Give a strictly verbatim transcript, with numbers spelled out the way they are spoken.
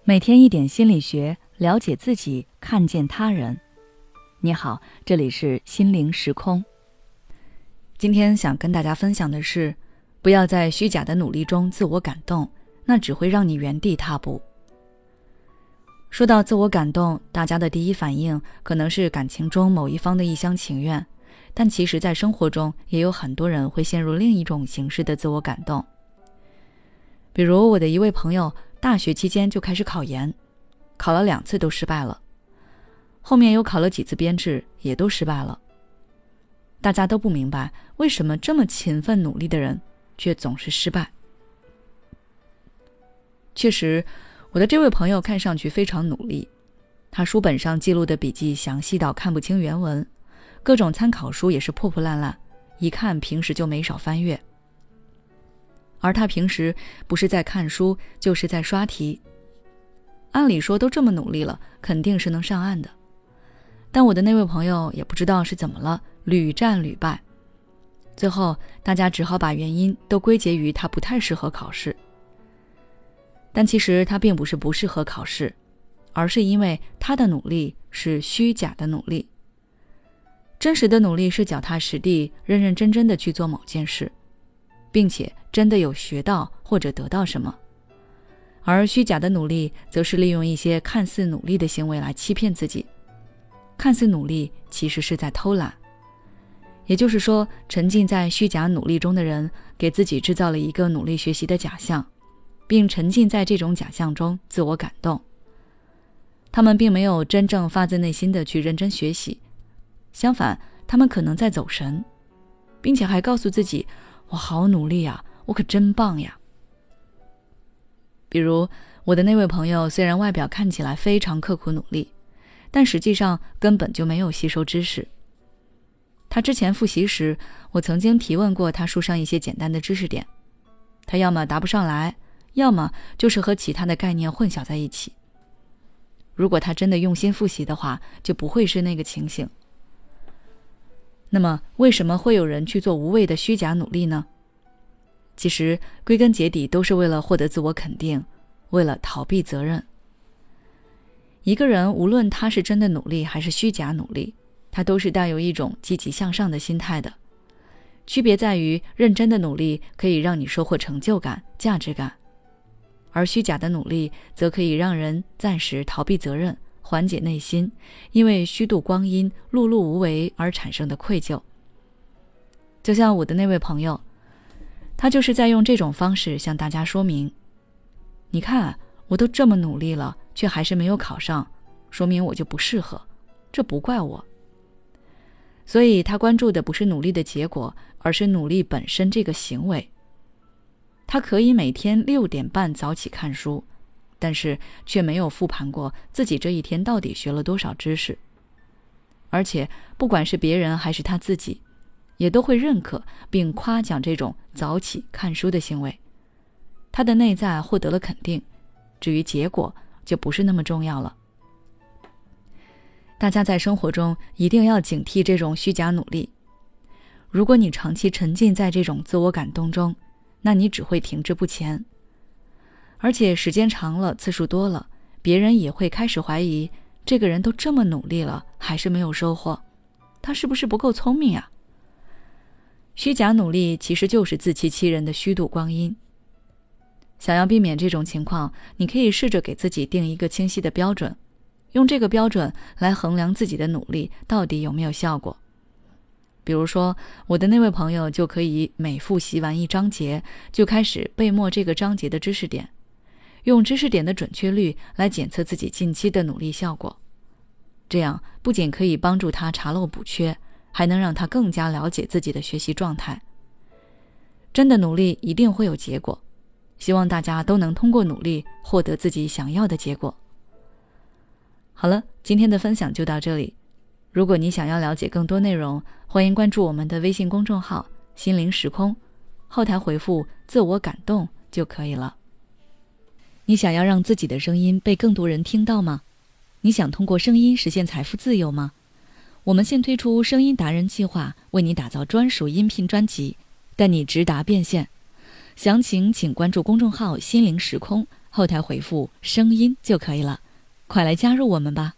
每天一点心理学，了解自己，看见他人。你好，这里是心灵时空。今天想跟大家分享的是，不要在虚假的努力中自我感动，那只会让你原地踏步。说到自我感动，大家的第一反应可能是感情中某一方的一厢情愿，但其实在生活中也有很多人会陷入另一种形式的自我感动。比如我的一位朋友，大学期间就开始考研，考了两次都失败了，后面又考了几次编制，也都失败了。大家都不明白，为什么这么勤奋努力的人却总是失败。确实，我的这位朋友看上去非常努力，他书本上记录的笔记详细到看不清原文，各种参考书也是破破烂烂，一看平时就没少翻阅。而他平时不是在看书，就是在刷题。按理说都这么努力了，肯定是能上岸的。但我的那位朋友也不知道是怎么了，屡战屡败。最后大家只好把原因都归结于他不太适合考试。但其实他并不是不适合考试，而是因为他的努力是虚假的努力。真实的努力是脚踏实地，认认真真的去做某件事，并且真的有学到或者得到什么。而虚假的努力则是利用一些看似努力的行为来欺骗自己，看似努力其实是在偷懒。也就是说，沉浸在虚假努力中的人给自己制造了一个努力学习的假象，并沉浸在这种假象中自我感动。他们并没有真正发自内心的去认真学习，相反，他们可能在走神，并且还告诉自己，我好努力呀，我可真棒呀。比如我的那位朋友，虽然外表看起来非常刻苦努力，但实际上根本就没有吸收知识。他之前复习时，我曾经提问过他书上一些简单的知识点，他要么答不上来，要么就是和其他的概念混淆在一起。如果他真的用心复习的话，就不会是那个情形。那么为什么会有人去做无谓的虚假努力呢？其实归根结底都是为了获得自我肯定，为了逃避责任。一个人无论他是真的努力还是虚假努力，他都是带有一种积极向上的心态的。区别在于，认真的努力可以让你收获成就感、价值感，而虚假的努力则可以让人暂时逃避责任，缓解内心因为虚度光阴、碌碌无为而产生的愧疚。就像我的那位朋友，他就是在用这种方式向大家说明，你看，我都这么努力了，却还是没有考上，说明我就不适合，这不怪我。所以他关注的不是努力的结果，而是努力本身这个行为。他可以每天六点半早起看书，但是却没有复盘过自己这一天到底学了多少知识。而且不管是别人还是他自己，也都会认可并夸奖这种早起看书的行为。他的内在获得了肯定，至于结果就不是那么重要了。大家在生活中一定要警惕这种虚假努力。如果你长期沉浸在这种自我感动中，那你只会停滞不前。而且时间长了，次数多了，别人也会开始怀疑，这个人都这么努力了，还是没有收获，他是不是不够聪明啊？虚假努力其实就是自欺欺人的虚度光阴。想要避免这种情况，你可以试着给自己定一个清晰的标准，用这个标准来衡量自己的努力到底有没有效果。比如说，我的那位朋友就可以每复习完一章节，就开始背默这个章节的知识点，用知识点的准确率来检测自己近期的努力效果。这样不仅可以帮助他查漏补缺，还能让他更加了解自己的学习状态。真的努力一定会有结果，希望大家都能通过努力获得自己想要的结果。好了，今天的分享就到这里。如果你想要了解更多内容，欢迎关注我们的微信公众号心灵时空，后台回复自我感动就可以了。你想要让自己的声音被更多人听到吗？你想通过声音实现财富自由吗？我们现推出声音达人计划，为你打造专属音频专辑，带你直达变现。详情请关注公众号心灵时空， 后台回复声音就可以了，快来加入我们吧。